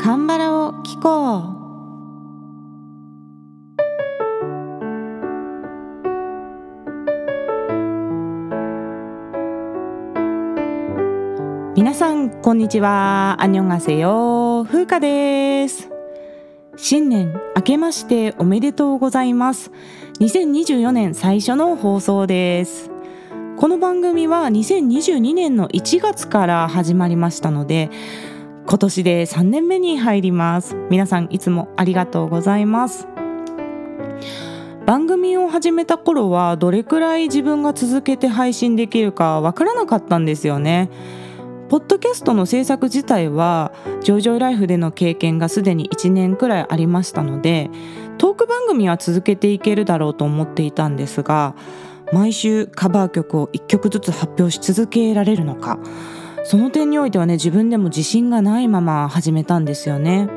カンバラを聞こう。皆さんこんにちは。アンニョンハセヨ、風花です。新年明けましておめでとうございます。2024年最初の放送です。この番組は2022年の1月から始まりましたので、今年で3年目に入ります。皆さんいつもありがとうございます。番組を始めた頃はどれくらい自分が続けて配信できるかわからなかったんですよね。ポッドキャストの制作自体はジョイジョイライフでの経験がすでに1年くらいありましたので、トーク番組は続けていけるだろうと思っていたんですが、毎週カバー曲を1曲ずつ発表し続けられるのか、その点においてはね、自分でも自信がないまま始めたんですよね。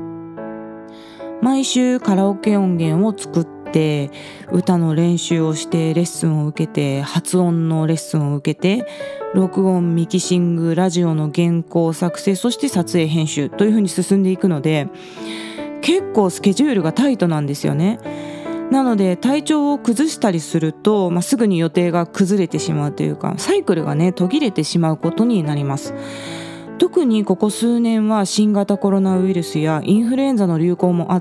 毎週カラオケ音源を作って歌の練習をしてレッスンを受けて、発音のレッスンを受けて、録音、ミキシング、ラジオの原稿作成、そして撮影編集というふうに進んでいくので、結構スケジュールがタイトなんですよね。なので体調を崩したりすると、すぐに予定が崩れてしまうというか、サイクルがね途切れてしまうことになります。特にここ数年は新型コロナウイルスやインフルエンザの流行もあって、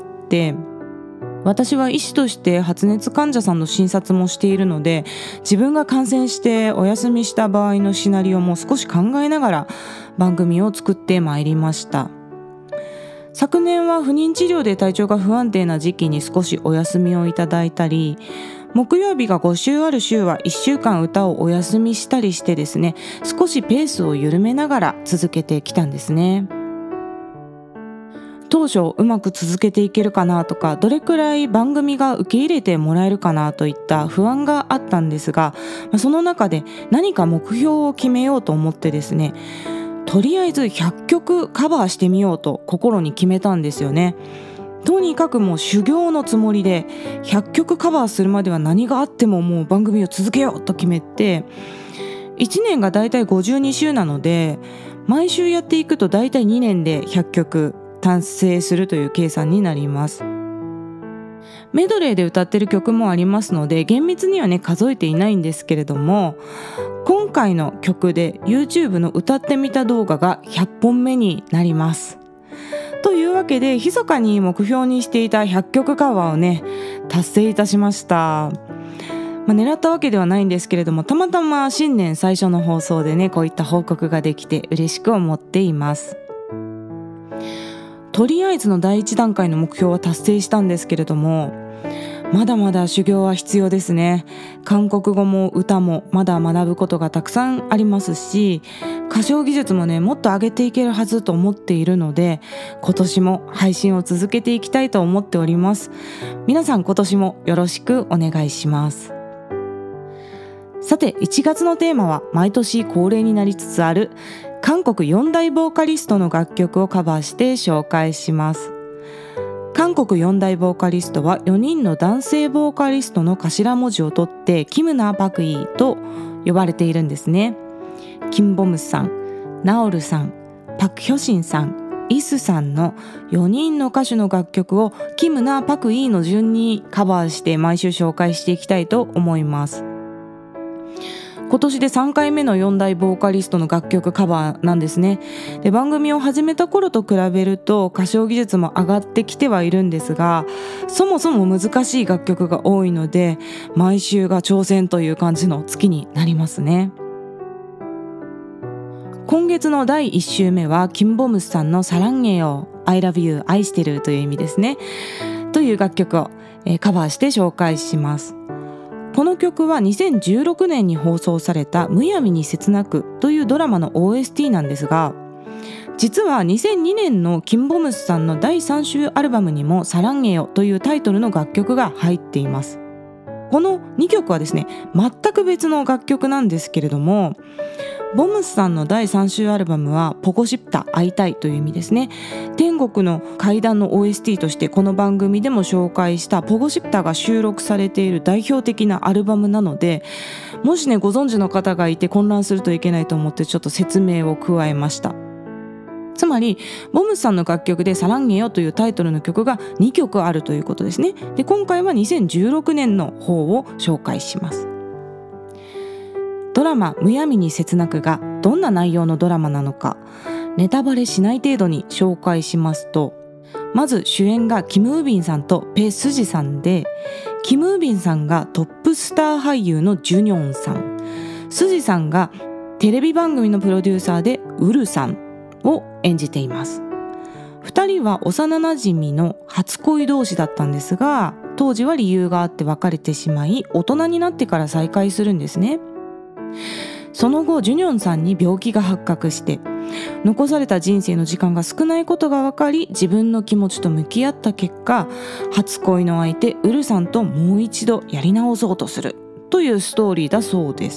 私は医師として発熱患者さんの診察もしているので、自分が感染してお休みした場合のシナリオも少し考えながら番組を作ってまいりました。昨年は不妊治療で体調が不安定な時期に少しお休みをいただいたり、木曜日が5週ある週は1週間歌をお休みしたりしてですね、少しペースを緩めながら続けてきたんですね。当初うまく続けていけるかなとか、どれくらい番組が受け入れてもらえるかなといった不安があったんですが、その中で何か目標を決めようと思ってですね、とりあえず100曲カバーしてみようと心に決めたんですよね。とにかくもう修行のつもりで100曲カバーするまでは何があってももう番組を続けようと決めて、1年がだいたい52週なので、毎週やっていくとだいたい2年で100曲達成するという計算になります。メドレーで歌ってる曲もありますので、厳密にはね数えていないんですけれども、今回の曲で YouTube の歌ってみた動画が100本目になります。というわけで、密かに目標にしていた100曲カバーをね達成いたしました。狙ったわけではないんですけれども、たまたま新年最初の放送でねこういった報告ができて嬉しく思っています。とりあえずの第一段階の目標は達成したんですけれども、まだまだ修行は必要ですね。韓国語も歌もまだ学ぶことがたくさんありますし、歌唱技術もねもっと上げていけるはずと思っているので、今年も配信を続けていきたいと思っております。皆さん今年もよろしくお願いします。さて、1月のテーマは毎年恒例になりつつある韓国4大ボーカリストの楽曲をカバーして紹介します。韓国4大ボーカリストは4人の男性ボーカリストの頭文字を取ってキムナ・パクイと呼ばれているんですね。キム・ボムさん、ナオルさん、パク・ヒョシンさん、イスさんの4人の歌手の楽曲をキムナ・パクイの順にカバーして毎週紹介していきたいと思います。今年で3回目の4大ボーカリストの楽曲カバーなんですね。で、番組を始めた頃と比べると歌唱技術も上がってきてはいるんですが、そもそも難しい楽曲が多いので、毎週が挑戦という感じの月になりますね。今月の第1週目はキム・ボムスさんのサランゲヨ I love you 愛してるという意味ですねという楽曲をカバーして紹介します。この曲は2016年に放送されたむやみに切なくというドラマの OST なんですが、実は2002年のキム・ボムスさんの第3週アルバムにもサランゲヨというタイトルの楽曲が入っています。この2曲はですね全く別の楽曲なんですけれども、ボムスさんの第3週アルバムはポコシプタ会いたいという意味ですね。天国の階段の OST としてこの番組でも紹介したポコシプタが収録されている代表的なアルバムなので、もしねご存知の方がいて混乱するといけないと思ってちょっと説明を加えました。 つまりボムスさんの楽曲でサランゲヨというタイトルの曲が2曲あるということですね。で、今回は2016年の方を紹介します。ドラマむやみに切なくがどんな内容のドラマなのか、ネタバレしない程度に紹介しますと、まず主演がキム・ウビンさんとペ・スジさんで、キム・ウビンさんがトップスター俳優のジュニョンさん、スジさんがテレビ番組のプロデューサーでウルさんを演じています。2人は幼なじみの初恋同士だったんですが、当時は理由があって別れてしまい、大人になってから再会するんですね。その後ジュニョンさんに病気が発覚して、残された人生の時間が少ないことが分かり、自分の気持ちと向き合った結果、初恋の相手ウルさんともう一度やり直そうとするというストーリーだそうです。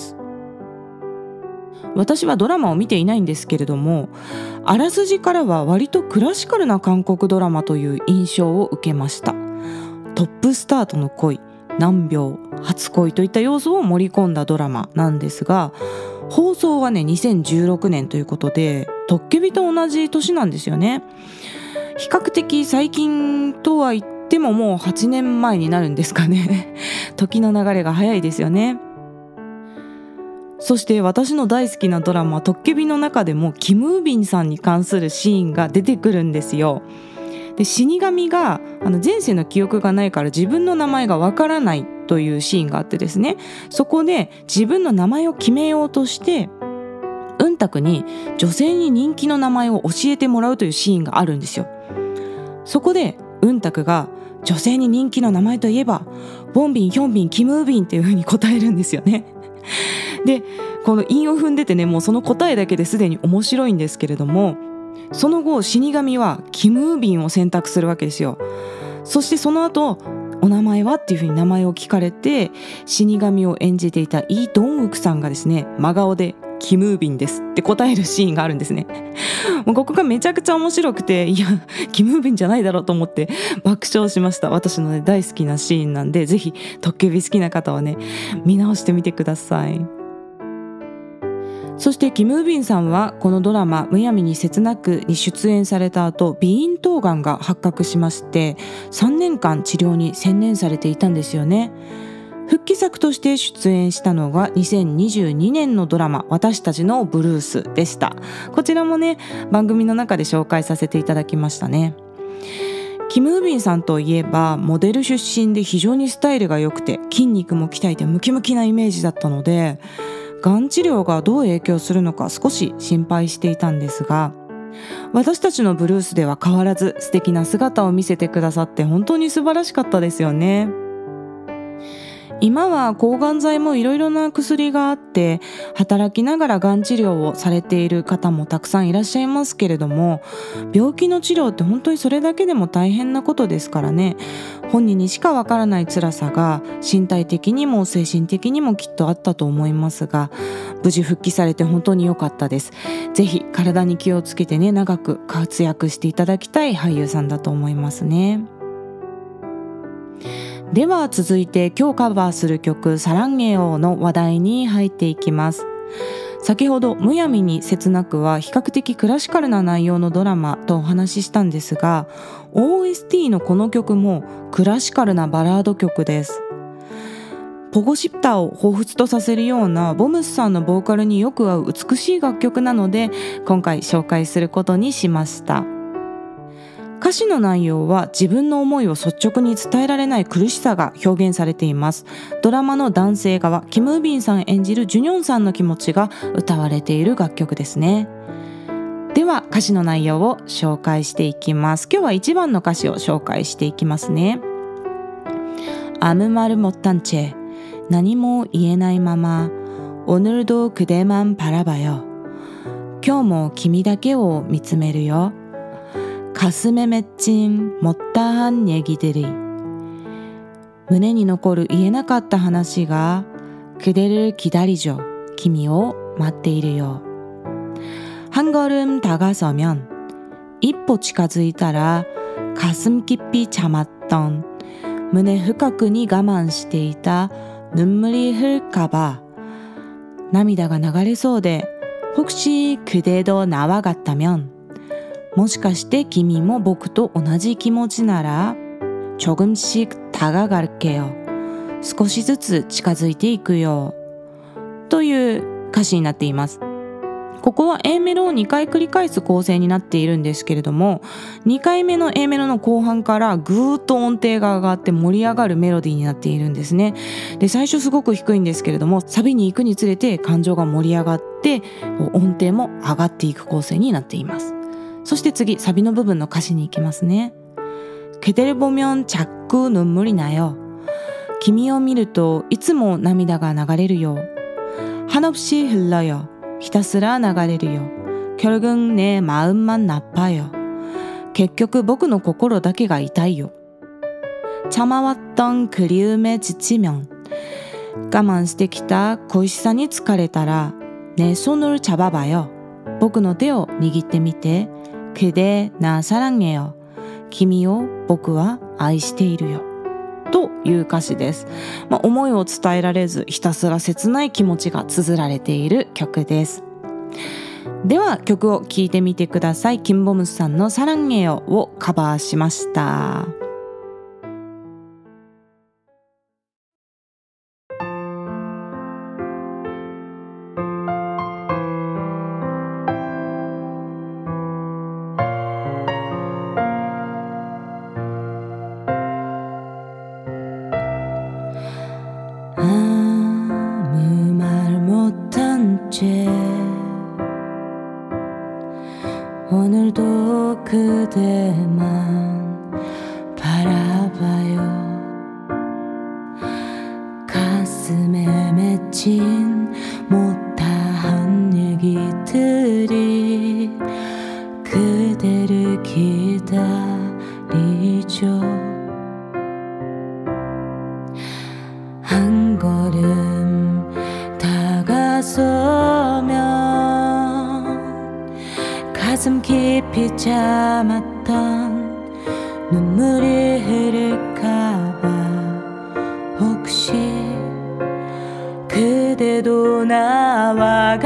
私はドラマを見ていないんですけれども、あらすじからは割とクラシカルな韓国ドラマという印象を受けました。トップスターとの恋、難病、初恋といった要素を盛り込んだドラマなんですが、放送はね2016年ということで、トッケビと同じ年なんですよね。比較的最近とは言ってももう8年前になるんですかね時の流れが早いですよね。そして私の大好きなドラマトッケビの中でもキム・ウビンさんに関するシーンが出てくるんですよ。で、死神が前世の記憶がないから自分の名前がわからないというシーンがあってですね、そこで自分の名前を決めようとしてウンタクに女性に人気の名前を教えてもらうというシーンがあるんですよ。そこでウンタクが女性に人気の名前といえばウォンビン、ヒョンビン、キム・ウビンっていう風に答えるんですよね。で、この韻を踏んでてね、もうその答えだけですでに面白いんですけれども、その後死神はキム・ウビンを選択するわけですよ。そしてその後お名前はっていうふうに名前を聞かれて、死神を演じていたイ・ドンウクさんがですね、真顔でキム・ウビンですって答えるシーンがあるんですね。もうここがめちゃくちゃ面白くて、いやキム・ウビンじゃないだろうと思って爆笑しました。私のね大好きなシーンなんで、ぜひトッケビ好きな方はね見直してみてください。そしてキム・ウビンさんはこのドラマむやみに切なくに出演された後、鼻咽頭がんが発覚しまして、3年間治療に専念されていたんですよね。復帰作として出演したのが2022年のドラマ私たちのブルースでした。こちらもね番組の中で紹介させていただきましたね。キム・ウビンさんといえばモデル出身で非常にスタイルが良くて、筋肉も鍛えてムキムキなイメージだったので、がん治療がどう影響するのか少し心配していたんですが、私たちのブルースでは変わらず素敵な姿を見せてくださって本当に素晴らしかったですよね。今は抗がん剤もいろいろな薬があって、働きながらがん治療をされている方もたくさんいらっしゃいますけれども、病気の治療って本当にそれだけでも大変なことですからね。本人にしかわからない辛さが身体的にも精神的にもきっとあったと思いますが、無事復帰されて本当に良かったです。ぜひ体に気をつけてね、長く活躍していただきたい俳優さんだと思いますね。では続いて今日カバーする曲サランゲヨの話題に入っていきます。先ほどむやみに切なくは比較的クラシカルな内容のドラマとお話ししたんですが、 OST のこの曲もクラシカルなバラード曲です。ポゴシプターを彷彿とさせるようなボムスさんのボーカルによく合う美しい楽曲なので、今回紹介することにしました。歌詞の内容は自分の思いを率直に伝えられない苦しさが表現されています。ドラマの男性側、キム・ウビンさん演じるジュニョンさんの気持ちが歌われている楽曲ですね。では歌詞の内容を紹介していきます。今日は1番の歌詞を紹介していきますね。아무 말을 못한 채何も言えないまま오늘도 그대만 바라봐요。今日も君だけを見つめるよ。가슴에 맺힌 못다한 얘기들이胸に残る言えなかった話が그대를 기다리죠。君を待っているよ。한 걸음 다가서면一歩近づいたら가슴 깊이 참았던胸深くに我慢していた눈물이 흘까봐涙が流れそうで혹시 그대도 나와 같다면 もしかして君も僕と同じ気持ちなら조금씩 다가갈게요. 少しずつ近づいていくよという歌詞になっています。ここは A メロを2回繰り返す構成になっているんですけれども、2回目の A メロの後半からぐーっと音程が上がって盛り上がるメロディーになっているんですね。で、最初すごく低いんですけれども、サビに行くにつれて感情が盛り上がって音程も上がっていく構成になっています。そして次、サビの部分の歌詞に行きますね。그댈 보면 자꾸 눈물이 나요. 君を見るといつも涙が流れるよ。한없이 흘러요. ひたすら流れるよ。결국 내 마음만 나빠요. 結局僕の心だけが痛いよ。참아왔던 그리움에 지치면 我慢してきた恋しさに疲れたら내 손을 잡아봐요. 僕の手を握ってみて。그대 나 사랑해요. 君を僕は愛しているよという歌詞です。思いを伝えられずひたすら切ない気持ちが綴られている曲です。では曲を聴いてみてください。김범수さんの사랑해요をカバーしました。아무 말 못한 채 오늘도 그대만 바라봐요. 가슴에 맺힌 못다한 얘기들이 그대를 기다리죠. 한 걸음 다가서면 가슴 깊이 참았던 눈물이 흐를까봐 혹시 그대도 나와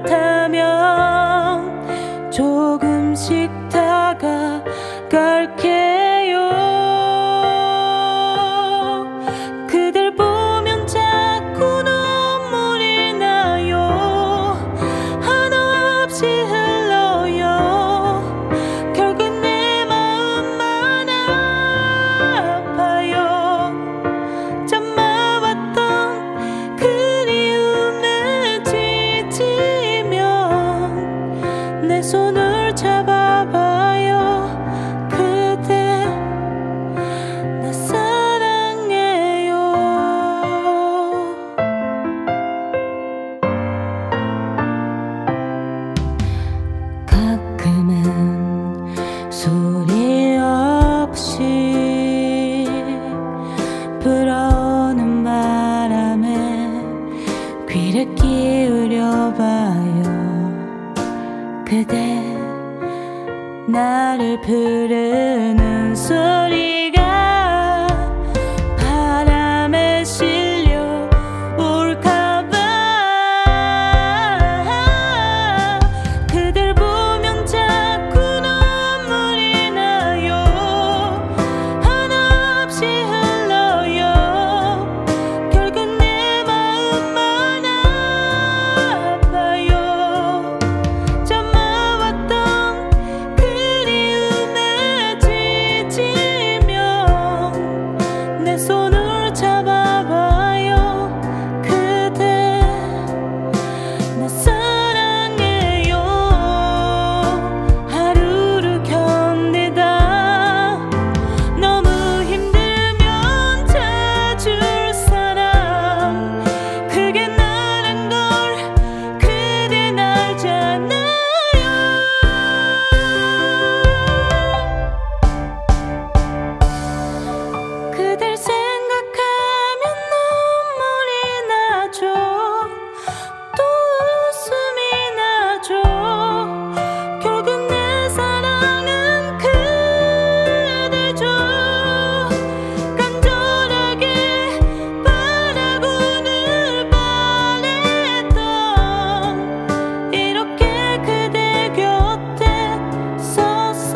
같다면 조금씩 다가갈게요. 내 손을 잡아봐요. 그대 나 사랑해요. 가끔은 소리 없이 불어오는 바람에 귀를 기울여봐요. 그대 나를 부르는 소리가 바람에 실려 올까봐 그댈 보면 자꾸 눈물이 나요. 한없이 흘러요. 결국 내 마음만 아파요. 내 손을 잡아봐요. 그대 나 사랑해요. 하루를 견디다 너무 힘들면 찾을 사람 그게 나란 걸 그댄 알잖아요. 그댈 생각하면 눈물이 나죠. 또 웃음이 나죠. 결국 내 사랑은 그대죠. 간절하게 바라고는 바랬던 이렇게 그대 곁에 섰어요.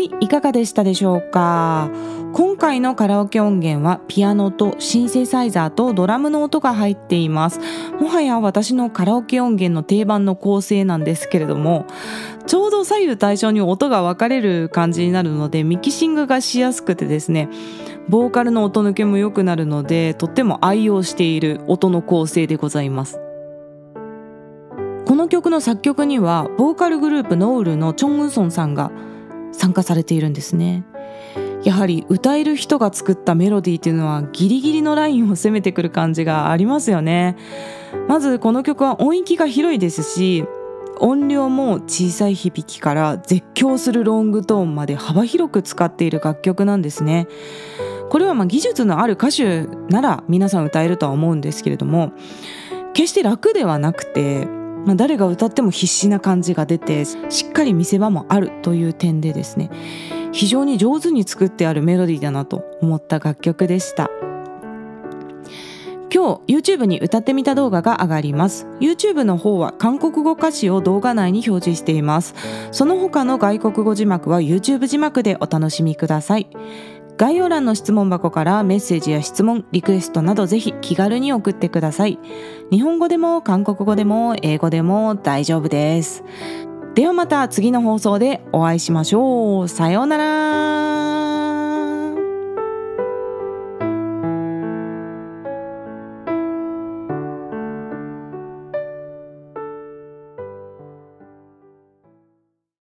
はい、いかがでしたでしょうか。今回のカラオケ音源はピアノとシンセサイザーとドラムの音が入っています。もはや私のカラオケ音源の定番の構成なんですけれども、ちょうど左右対称に音が分かれる感じになるのでミキシングがしやすくてですね、ボーカルの音抜けも良くなるので、とっても愛用している音の構成でございます。この曲の作曲にはボーカルグループノウルのチョン・ウソンさんが参加されているんですね。やはり歌える人が作ったメロディーっていうのはギリギリのラインを攻めてくる感じがありますよね。まずこの曲は音域が広いですし、音量も小さい響きから絶叫するロングトーンまで幅広く使っている楽曲なんですね。これは技術のある歌手なら皆さん歌えるとは思うんですけれども、決して楽ではなくて、誰が歌っても必死な感じが出て、しっかり見せ場もあるという点でですね、非常に上手に作ってあるメロディーだなと思った楽曲でした。今日 YouTube に歌ってみた動画が上がります。 YouTube の方は韓国語歌詞を動画内に表示しています。その他の外国語字幕は YouTube 字幕でお楽しみください。概要欄の質問箱からメッセージや質問、リクエストなどぜひ気軽に送ってください。日本語でも韓国語でも英語でも大丈夫です。ではまた次の放送でお会いしましょう。さようなら。